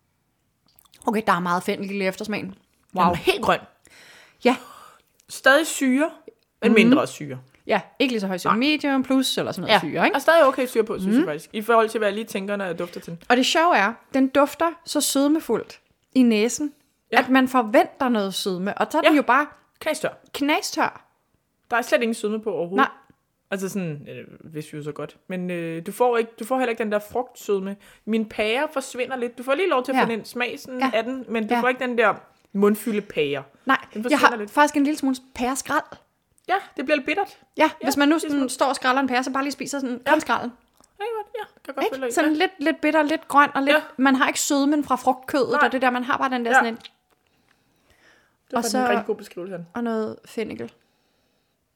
Okay, der er meget fennikel i eftersmagen. Wow. Wow. Den er helt grøn. Ja, Stadig syre, men mindre syre. ja, ikke lige så højt som medium plus eller sådan noget Ja, syre, ikke? og stadig okay syre på, synes mm. jeg faktisk. I forhold til, hvad jeg lige tænker, når jeg dufter til den. Og det sjove er, den dufter så sødmefuldt i næsen, Ja. ja. at man forventer noget sødme. Og så er den Ja. jo bare Knastør. knastør. Der er slet ingen sødme på overhovedet. Nej. Altså sådan, øh, hvis vi jo så godt. Men øh, du, får ikke, du får heller ikke den der frugtsødme. Min pære forsvinder lidt. Du får lige lov til at Ja. få den smag sådan Ja. af den, men du Ja. får ikke den der mundfylde pære. Nej, Den jeg forsvinder har lidt. faktisk en lille smule pæreskrald. Ja, det bliver lidt bittert. Ja, Ja, hvis man nu det er sådan står og skræller en pære, så bare lige spiser sådan kun skralden. Ja, ja, kan godt følge Ikke? dig. Sådan Ja. lidt, lidt bitter, lidt grøn, og lidt, Ja. man har ikke sødmen fra frugtkødet, Nej. og det der, man har bare den der Ja. sådan en, Det var og faktisk så- en rigtig god beskrivelse af den. og noget fennikel.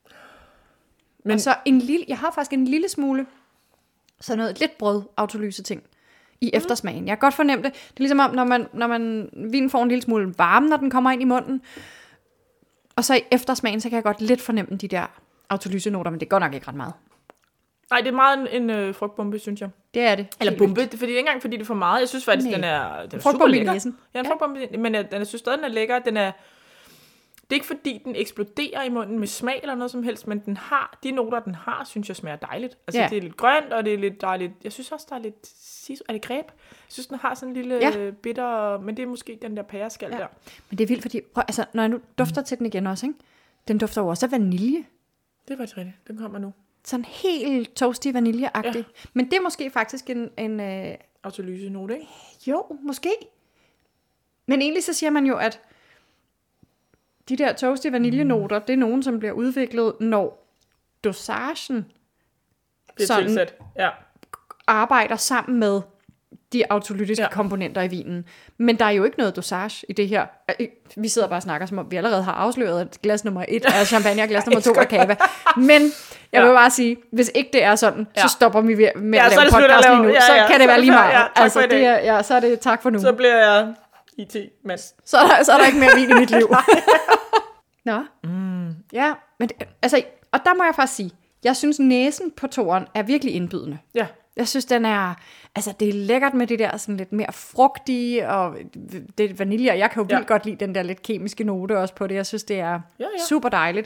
Men... Og så en lille, jeg har faktisk en lille smule, så noget lidt brød autolyse ting i mm. eftersmagen. Jeg kan godt fornemme det. Det er ligesom om, når man, når man vinen får en lille smule varme, når den kommer ind i munden. Og så i eftersmagen, så kan jeg godt lidt fornemme de der autolysenoter, men det går nok ikke ret meget. Nej, det er meget en, en øh, frugtbombe, synes jeg. Det er det. Eller bombe, det er fordi, ikke engang fordi det er for meget. Jeg synes faktisk, Nej. den er, den er super lækker. Ja, en frugtbombe, men jeg, den, jeg synes stadig, den er lækker. Den er, det er ikke fordi, den eksploderer i munden med smag eller noget som helst, men den har, de noter, den har, synes jeg smager dejligt. Altså, ja. Det er lidt grønt, og det er lidt dejligt. Jeg synes også, der er lidt, er det greb? Jeg synes, den har sådan en lille ja. bitter, men det er måske den der pæreskal ja. der. Men det er vildt, fordi, prøv, altså, når jeg nu dufter mm. til den igen også, ikke? Den dufter jo også af vanilje. Det var rigtigt. Den kommer nu. Sådan helt toasty vaniljeagtig. Ja. Men det er måske faktisk en... en øh... autolyse-note, ikke? Jo, måske. Men egentlig så siger man jo, at de der toasty vaniljenoter, mm. det er nogen, som bliver udviklet, når dosagen sådan tilsat. Ja. arbejder sammen med de autolytiske ja. komponenter i vinen. Men der er jo ikke noget dosage i det her. Vi sidder bare og snakker, som om vi allerede har afsløret, at glas nummer et er champagne, og glas nummer to er cava. Men jeg ja. vil bare sige, hvis ikke det er sådan, ja. så stopper vi med ja, at lave podcast lige nu. Ja, ja. Så kan det være lige meget. Ja, altså, det er, ja, så er det tak for nu. Så bliver jeg I T-mand. Så er der, så er der ikke mere vin i mit liv. Nå. Mm. Ja, men det, altså, og der må jeg faktisk sige, jeg synes næsen på toren er virkelig indbydende. Ja. Jeg synes, den er, altså det er lækkert med det der sådan lidt mere frugtige, og det er vanilje, og jeg kan jo vildt ja. godt lide den der lidt kemiske note også på det. Jeg synes, det er ja, ja. super dejligt.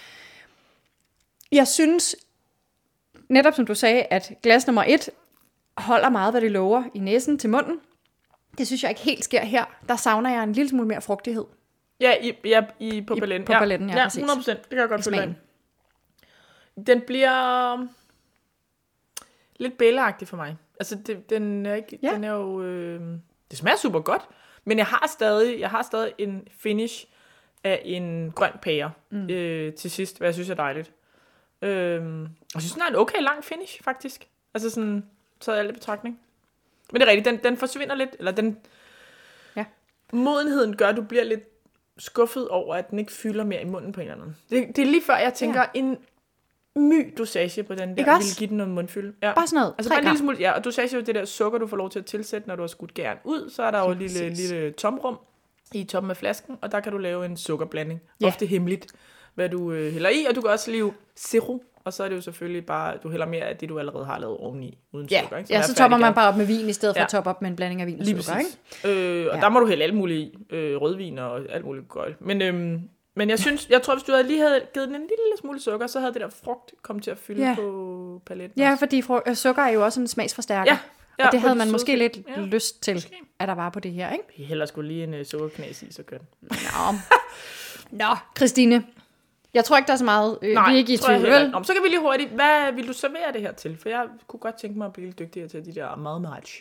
Jeg synes, netop som du sagde, at glas nummer et holder meget, hvad det lover i næsen til munden. Det synes jeg ikke helt sker her. Der savner jeg en lille smule mere frugtighed. Ja, i, ja, i på paletten. På paletten, ja, ja præcis. hundrede procent. Det kan jeg godt følge. Den bliver lidt bælleagtig for mig. Altså, det, den, er ikke, ja. den er jo... Øh, det smager super godt, men jeg har stadig, jeg har stadig en finish af en grøn pære mm. øh, til sidst, hvad jeg synes er dejligt. Øh, og jeg synes, den er en okay lang finish, faktisk. Altså sådan, så er jeg lidt betragtning. Men det er rigtigt, den, den forsvinder lidt, eller den... Ja. Modenheden gør, at du bliver lidt skuffet over, at den ikke fylder mere i munden på en eller anden. Det, det er lige før, jeg tænker, ja. en my dosage på den der, vil give den noget mundfylde. Ja. Bare sådan noget. Altså bare en lille smule, ja, og dosage er jo det der sukker, du får lov til at tilsætte, når du har skudt gæren ud, så er der jo et lille, lille tomrum i toppen af flasken, og der kan du lave en sukkerblanding. Ja. Ofte hemmeligt, hvad du øh, hælder i, og du kan også lave zero, og så er det jo selvfølgelig bare, du hælder mere af det, du allerede har lavet oveni, uden ja. sukker. Ikke? Ja, så topper man bare op med vin, i stedet for ja. at toppe op med en blanding af vin og lige sukker. Ikke? Øh, og ja. der må du hælde alt muligt i, øh, rødvin og alt muligt gøjl. Men, øhm, men jeg synes, jeg tror, hvis du havde lige havde givet den en lille smule sukker, så havde det der frugt kommet til at fylde ja. på paletten. Ja, fordi fru- sukker er jo også en smagsforstærker. Ja. Ja, og det havde man måske lidt ja. lyst til, måske. At der var på det her, ikke? Jeg hellere skulle lige en uh, sukkerknæs i, så gør den. Nå. Nå, Christine. Jeg tror ikke, der er så meget. Øh, Nej, vi er ikke i tvivl. Nå, så kan vi lige hurtigt. Hvad vil du servere det her til? For jeg kunne godt tænke mig at blive lidt dygtigere til de der mad match.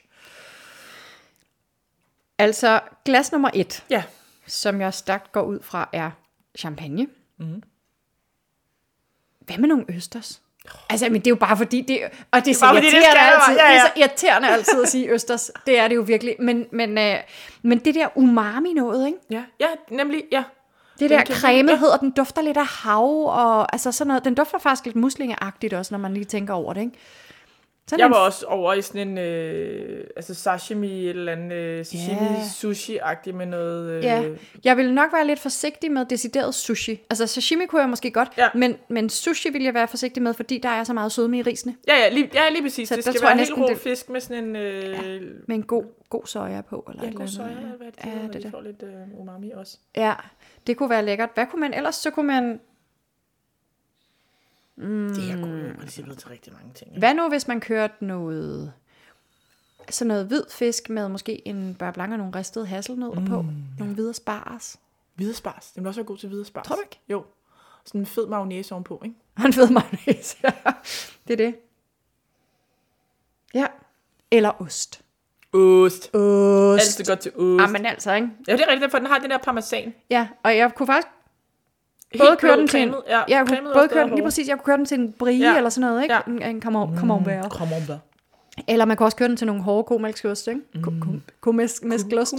Altså, glas nummer et, ja. som jeg stærkt går ud fra, er champagne. Mm. Hvad med nogle østers? Altså, men det er jo bare fordi, det, og det er, så det, det, altid, ja, ja. det er så irriterende altid at sige østers. Det er det jo virkelig. Men, men, øh, men det der umami noget, ikke? Ja, ja nemlig, ja. Det der cremethed, og den dufter lidt af hav, og altså sådan noget. Den dufter faktisk lidt muslingeagtigt også, når man lige tænker over det, ikke? Sådan jeg var en... også over i sådan en øh, altså sashimi, et eller andet øh, sashimi, yeah. sushi-agtigt med noget... Øh... Ja, jeg ville nok være lidt forsigtig med decideret sushi. Altså sashimi kunne jeg måske godt, ja. men, men sushi vil jeg være forsigtig med, fordi der er så meget sødme i risene. Ja, ja, lige, ja, lige præcis. Så det skal være helt rå det... fisk med sådan en... Øh... Ja, med en god, god soja på. Eller ja, god soja, eller hvad det ja, er, det, det får lidt øh, umami også. Ja, det kunne være lækkert. Hvad kunne man ellers? Så kunne man... Mm. Det er gode princippet til rigtig mange ting. Ikke? Hvad nu, hvis man kørte noget, så noget hvid fisk med måske en beurre blanc og nogle ristede hasselnødder mm, på? Nogle ja. hvide spars. Hvide spars. Det vil også være god til hvide spars. Tror du ikke? Jo. Sådan en fed mayonnaise ovenpå, ikke? En fed mayonnaise, ja. Det er det. Ja. Eller ost. Ost. Ost. Altid godt til ost. Ah, men altså, ikke? Ja, det er rigtigt, for den har den der parmesan. Ja, og jeg kunne faktisk både køre den til en, ja, jeg kunne både køre den, lige præcis, jeg kunne køre den til en brie ja. eller sådan noget, ikke? Ja. En, en camembert. Mm, camembert. Eller man kan også køre den til nogle hårde komælksost, ikke? Mm. Komælksoste.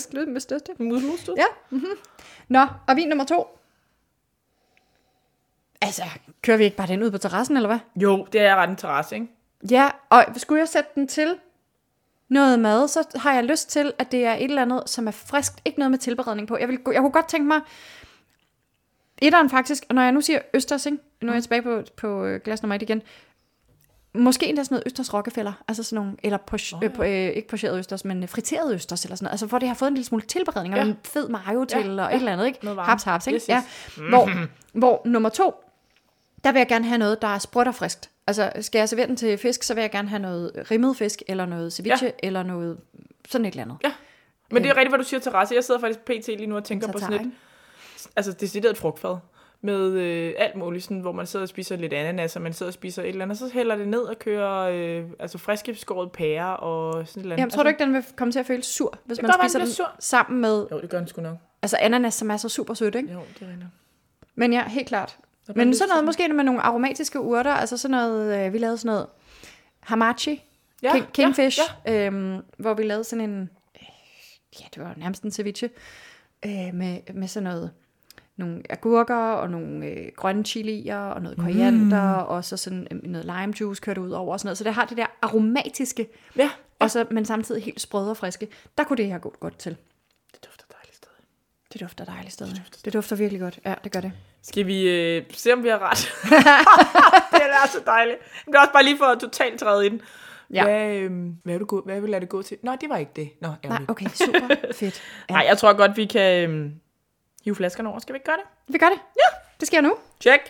Komælksoste. Ja. Mm-hmm. Nå, og vin nummer to. Altså, kører vi ikke bare den ud på terrassen, eller hvad? Jo, det er ret en terrasse, ikke? Ja, og skulle jeg sætte den til noget mad, så har jeg lyst til, at det er et eller andet, som er friskt. Ikke noget med tilberedning på. Jeg, vil, jeg kunne godt tænke mig, etteren faktisk, og når jeg nu siger østers, ikke? Nu er jeg tilbage på, på glas nummer et igen, måske endda sådan noget østers Rockefeller, altså sådan nogle, eller poch, oh, ja. øh, på, øh, ikke pocheret østers, men friteret østers, eller sådan noget, altså hvor det har fået en lille smule tilberedning, og ja. en fed mayo til, ja. og et ja. eller andet, ikke? Haps, haps, ikke? Yes, yes. Ja. Mm. Hvor, hvor nummer to, der vil jeg gerne have noget, der er sprødt og friskt. Altså, skal jeg servere den til fisk, så vil jeg gerne have noget rimmet fisk, eller noget ceviche, ja. eller noget sådan et eller andet. Ja, men det er rigtigt, hvad du siger, terrasse. Jeg sidder faktisk pt. Lige nu og tænker på sådan et, altså decideret frugtfad, med øh, alt muligt, sådan, hvor man sidder og spiser lidt ananas, og man sidder og spiser et eller andet, så hælder det ned og kører øh, altså friske skåret pærer og sådan et eller andet. Jamen, tror du ikke, den vil komme til at føles sur, hvis man gør, spiser den sur. sammen med... Jo, det gør den sgu nok. Altså ananas, som er så super sødt, ikke? Jo, det er rigtigt. Men ja, helt klart. Men sådan noget, måske med nogle aromatiske urter, altså sådan noget, øh, vi lavede sådan noget hamachi, ja, king, kingfish, ja, ja. Øhm, hvor vi lavede sådan en, øh, ja, det var nærmest en ceviche, øh, med, med sådan noget, nogle agurker og nogle øh, grønne chilier og noget koriander, mm. og så sådan øh, noget lime juice kørt ud over og sådan noget. Så det har det der aromatiske, ja, ja. Og så, men samtidig helt sprøde og friske. Der kunne det her gå godt til. Det dufter dejligt stadig. Det dufter dejligt stadig. Det dufter, det dufter virkelig godt. Ja, det gør det. Skal vi øh, se, om vi har ret? Det er så dejligt. Det er også bare lige for at totalt træde ind. Ja. Hvad, øh, hvad, vil du gå, hvad vil lade det gå til? Nå, det var ikke det. Nå, nej, okay, super fedt. Ja. Nej, jeg tror godt, vi kan øh, hive flaskerne over. Skal vi ikke gøre det? Vi gør det. Ja, det sker nu. Check.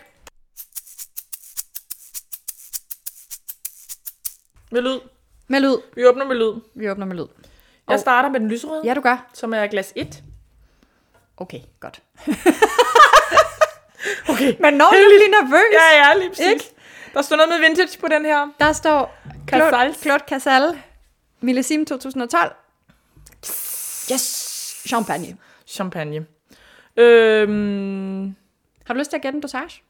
Med lyd. Med lyd. Vi åbner med lyd. Vi åbner med lyd. Jeg oh. starter med den lyserøde. Ja, du gør. Som er glas et. Okay, godt. Okay. Men når du bliver nervøs. Ja, ja, lige præcis. Ikke? Der står noget med vintage på den her. Der står Claude, Claude Casal, Millésime to tusind og tolv. Yes, champagne. Champagne. Øhm. Har du lyst til at gætte en dosage?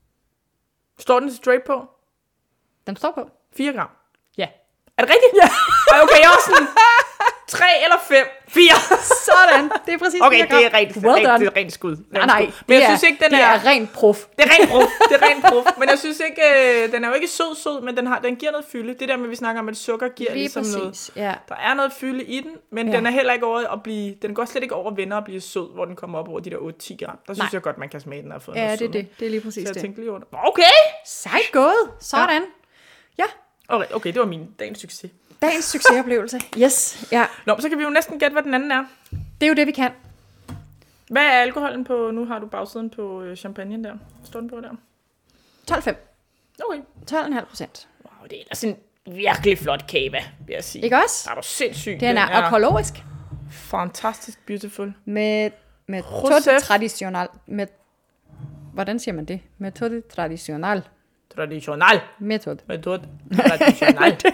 Står den straight på? Den står på. fire gram. Ja. Er det rigtigt? Ja. Okay, jeg er sådan tre eller fem. fire. Sådan. Det er præcis okay, det er rent, well rent, det er rent skud. Nej, nej. Men jeg er, synes ikke, den det er... er rent prof. Det er rent prof. Det er rent prof. Men jeg synes ikke, øh, den er jo ikke sød, sød, men den, har, den giver noget fylde. Det der med, vi snakker om, at sukker giver lige ligesom præcis. noget. Ja. Der er noget fylde i den, men ja. den er heller ikke over at blive... Den går slet ikke over at vende og blive sød, hvor den kommer op over de der otte til ti gram. Der synes nej. jeg godt, man kan smage den og få ja, noget det er det. Det er lige præcis så jeg det. tænkte lige over det. Okay! Sejt gået. Sådan. Ja. Okay, okay, det var min dagens succes. Dagens succesoplevelse. Yes, ja. Nå, så kan vi jo næsten gætte, hvad den anden er. Det er jo det, vi kan. Hvad er alkoholen på? Nu har du bagsiden på øh, champagne der. Står den på der? tolv komma fem. Okay. tolv komma fem procent. Wow, det er da sådan en virkelig flot kava, vil jeg sige. Ikke også? Der er du sindssygt. Den er, er økologisk. Fantastisk beautiful. Med, med todo tradicional. Med, hvordan siger man det? Metode tradicional. Traditional. Metode. Metode traditional. det,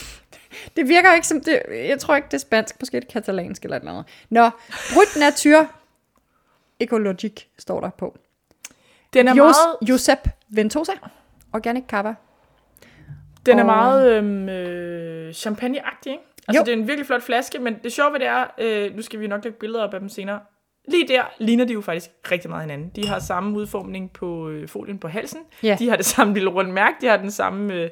det virker ikke som det. Jeg tror ikke, det er spansk. Måske det katalansk eller noget. Nå, Brut Nature Ecologique står der på. Den er Jos, meget... Josep Ventosa. Organic Cava. Den er og... meget øhm, øh, champagne-agtig, ikke? Altså, jo. Det er en virkelig flot flaske, men det sjove ved det er, øh, nu skal vi nok lægge billeder op af dem senere, lige der ligner de jo faktisk rigtig meget hinanden. De har samme udformning på øh, folien på halsen. Yeah. De har det samme lille rundt mærke. De har den samme øh,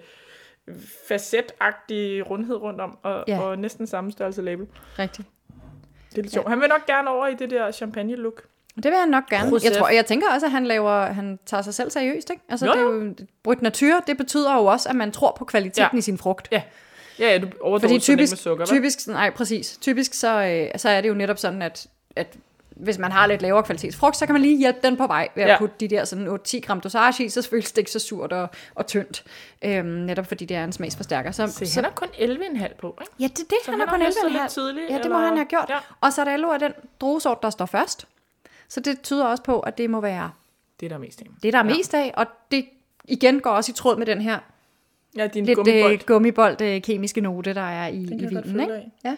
facet-agtige rundhed rundt om, og, yeah. og næsten samme størrelse label. Rigtigt. Det er lidt sjovt. Han vil nok gerne over i det der champagne-look. Det vil han nok gerne. Jeg, tror, jeg tænker også, at han laver, han tager sig selv seriøst, ikke? Altså, jo, jo. Det er jo, Brut Nature, det betyder jo også, at man tror på kvaliteten ja. i sin frugt. Ja. Ja, ja, du overdoser typisk, med sukker, hva'? Typisk, nej, præcis. Typisk så, øh, så er det jo netop sådan, at, at hvis man har lidt lavere kvalitetsfrugt, så kan man lige hjælpe den på vej ved at ja. putte de der sådan otte til ti gram dosage i, så føles det ikke så surt og, og tyndt. Øhm, netop fordi det er en smagsforstærker. Så, så, så han har kun elleve komma fem på, ikke? Ja, det er det, så han, han har kun elleve komma fem. Tidligt, ja, det eller? må han have gjort. Ja. Og Sardello er den druesort, der står først. Så det tyder også på, at det må være det, der er mest af. Det, der er ja. mest af, og det igen går også i tråd med den her ja, din lidt gummibold. gummibold øh, kemiske note, der er i, i vinen, ikke? Af. Ja.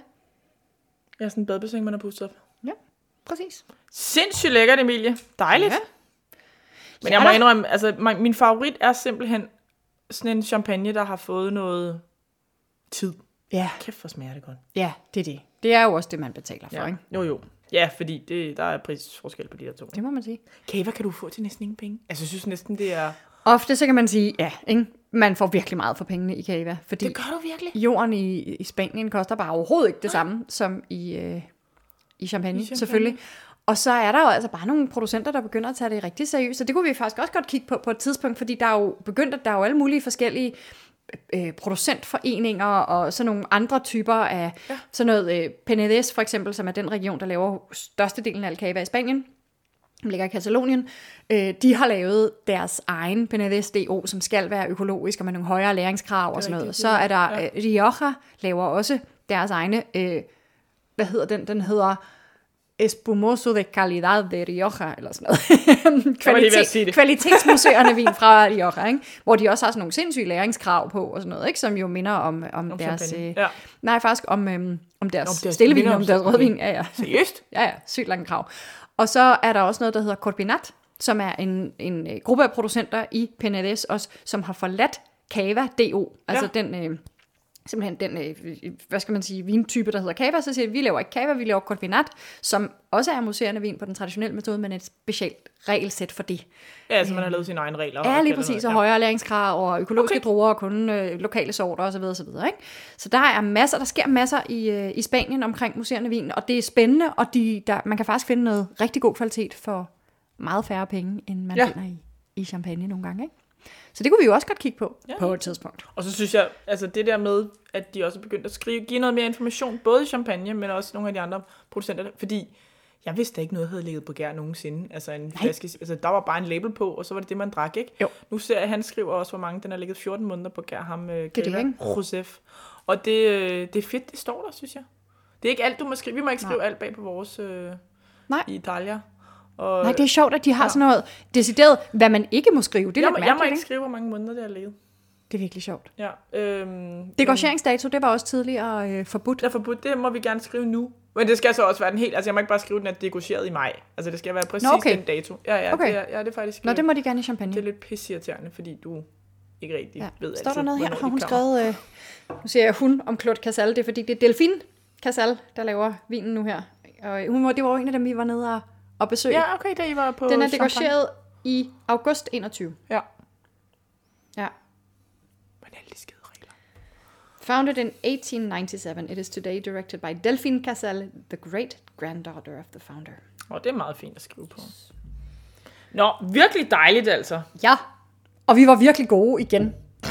Ja, sådan en badebassin, man har pustet op. Ja, præcis. Sindssygt lækkert, Emilie. Dejligt. Ja. Men jeg må indrømme, altså min favorit er simpelthen sådan en champagne, der har fået noget tid. Ja. Kæft, hvor smager det godt. Ja, det er det. Det er jo også det, man betaler for, ja. ikke? Jo, jo. Ja, fordi det, der er prisforskel på de her to. Det må man sige. Kava kan du få til næsten ingen penge. Altså, jeg synes næsten, det er... Ofte så kan man sige, ja, ikke? Man får virkelig meget for pengene i Cava. Fordi Det gør du virkelig. jorden i, i Spanien koster bare overhovedet ikke det samme som i, øh, i, champagne, I champagne, selvfølgelig. Og så er der jo altså bare nogle producenter, der begynder at tage det rigtig seriøst. Så det kunne vi faktisk også godt kigge på på et tidspunkt, fordi der er jo begyndt, at der er jo alle mulige forskellige øh, producentforeninger og sådan nogle andre typer af ja. sådan noget øh, Penedès for eksempel, som er den region, der laver størstedelen af al cava i Spanien. som ligger i Katalonien, øh, de har lavet deres egen Penedès D O, som skal være økologisk og med nogle højere læringskrav og sådan noget. Så er der ja. øh, Rioja laver også deres egne, øh, hvad hedder den? Den hedder Espumoso de Calidad de Rioja, eller sådan noget. Kvalitet, kvalitetsmuseerne vin fra Rioja, ikke? Hvor de også har sådan nogle sindssyge læringskrav på, og sådan noget, ikke? Som jo minder om, om, om deres... Øh, ja. Nej, faktisk om, øhm, om deres, deres stillevin, om deres rødvin. Ja, ja. Seriøst? Ja, ja, sygt lange krav. Og så er der også noget, der hedder Corbinat, som er en, en gruppe af producenter i Penedès også, som har forladt Cava D O, altså ja. den... Øh, simpelthen den, øh, hvad skal man sige, vintype, der hedder Cava, så siger vi, vi laver ikke Cava, vi laver Corbinat, som også er museerne vin på den traditionelle metode, men et specielt regelsæt for det. Ja, så man har lavet sine egne regler. Ja, lige præcis, og ja. højere læringskrav, og økologiske okay. druer, og kun øh, lokale sorter, osv. osv. Ikke? Så der er masser, der sker masser i, øh, i Spanien omkring museerne vin, og det er spændende, og de, der, man kan faktisk finde noget rigtig god kvalitet for meget færre penge, end man ja. finder i, i champagne nogle gange, ikke? Så det kunne vi jo også godt kigge på, ja. på et tidspunkt. Og så synes jeg, altså det der med, at de også er begyndt at skrive, give noget mere information, både i champagne, men også nogle af de andre producenter, fordi jeg vidste ikke noget havde ligget på gær nogensinde. Altså en flaske, altså der var bare en label på, og så var det det, man drak, ikke? Jo. Nu ser jeg, at han skriver også, hvor mange den har ligget fjorten måneder på gær, ham øh, Cava Josef. Og det, øh, det er fedt, det står der, synes jeg. Det er ikke alt, du må skrive. Vi må ikke skrive Nej. alt bag på vores øh, Nej. i Italia. Og, Nej, det er sjovt, at de har ja. sådan noget decideret, hvad man ikke må skrive. Det er jeg, lidt må, mærkeligt, jeg må ikke ikke skrive, hvor mange måneder det har ligget. Det er virkelig sjovt. Ja, øhm, Degorgeringsdato, det var også tidligere øh, forbudt. Det er forbudt, det må vi gerne skrive nu. Men det skal så også være den helt, altså jeg må ikke bare skrive den, at det er degorgeret i maj. Altså det skal være præcis Nå, okay. den dato. Ja, ja, okay. det, er, ja, det er faktisk... Nå, det må de gerne i champagne. Det er lidt pisseirriterende, fordi du ikke rigtig ja. ved altid, står der noget her? Har hun skrevet, øh, nu siger jeg hun om Claude Casal, det er fordi det er Delphine Casal, der laver vinen nu her. Og hun var, det var en af dem, vi var nede og og besøg. Ja, okay, da I var på Den er degorgeret i august enogtyve. Ja. Ja. Men alle de skide regler. Founded in eighteen ninety-seven, it is today directed by Delphine Casal, the great granddaughter of the founder. Og det er meget fint at skrive på. Nå, virkelig dejligt altså. Ja, og vi var virkelig gode igen.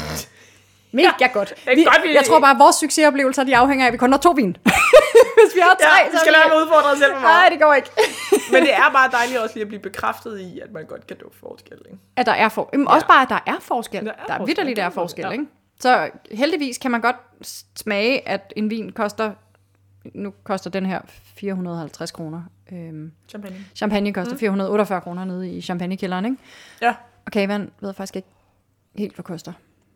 Mega ja, godt. Vi, godt vi... Jeg tror bare, at vores succesoplevelser, de afhænger af, at vi kun har to vin. Hvis vi har tre, ja, vi skal lade mig udfordre os selv for meget. Nej, det går ikke. Men det er bare dejligt også lige at blive bekræftet i, at man godt kan dufte forskel, ikke? At der er for... Jamen, ja. Også bare, at der er forskel. Der er, der er vitterligt, der er forskel, ja. ikke? Så heldigvis kan man godt smage, at en vin koster... Nu koster den her fire hundrede og halvtreds kroner. Øhm, champagne. Champagne koster mm. fire hundrede og otteogfyrre kroner nede i champagnekælderen, ikke? Ja. Og Cavaen ved jeg faktisk ikke helt, hvad koster.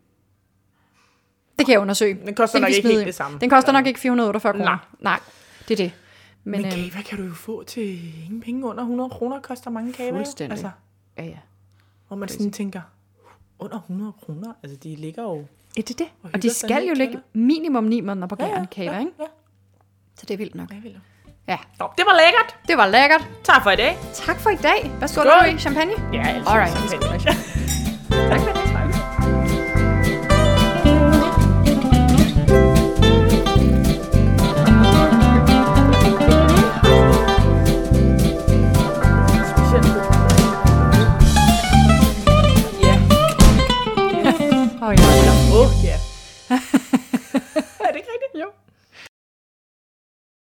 Det kan jeg undersøge. Den koster det nok ikke helt det samme. Den koster nok ikke fire hundrede og otteogfyrre kroner. Nej. Nej, det er det. Men, Men Cava kan du jo få til ingen penge. Under hundrede kroner koster mange Cava. Fuldstændig. Altså, ja, ja. Hvor man sådan tænker, under hundrede kroner, altså de ligger jo... Ja, det er det. Og, og de skal jo ligge minimum ni måneder på gæren, ja, ja, Cava, ikke? Ja. Så det er vildt nok. Ja, vildt. Ja. Nå, det var lækkert. Det var lækkert. Tak for i dag. Tak for i dag. Hvad skål du i? Champagne? Ja, altid Alright. champagne. Tak for det. Oh, yeah. Oh, yeah.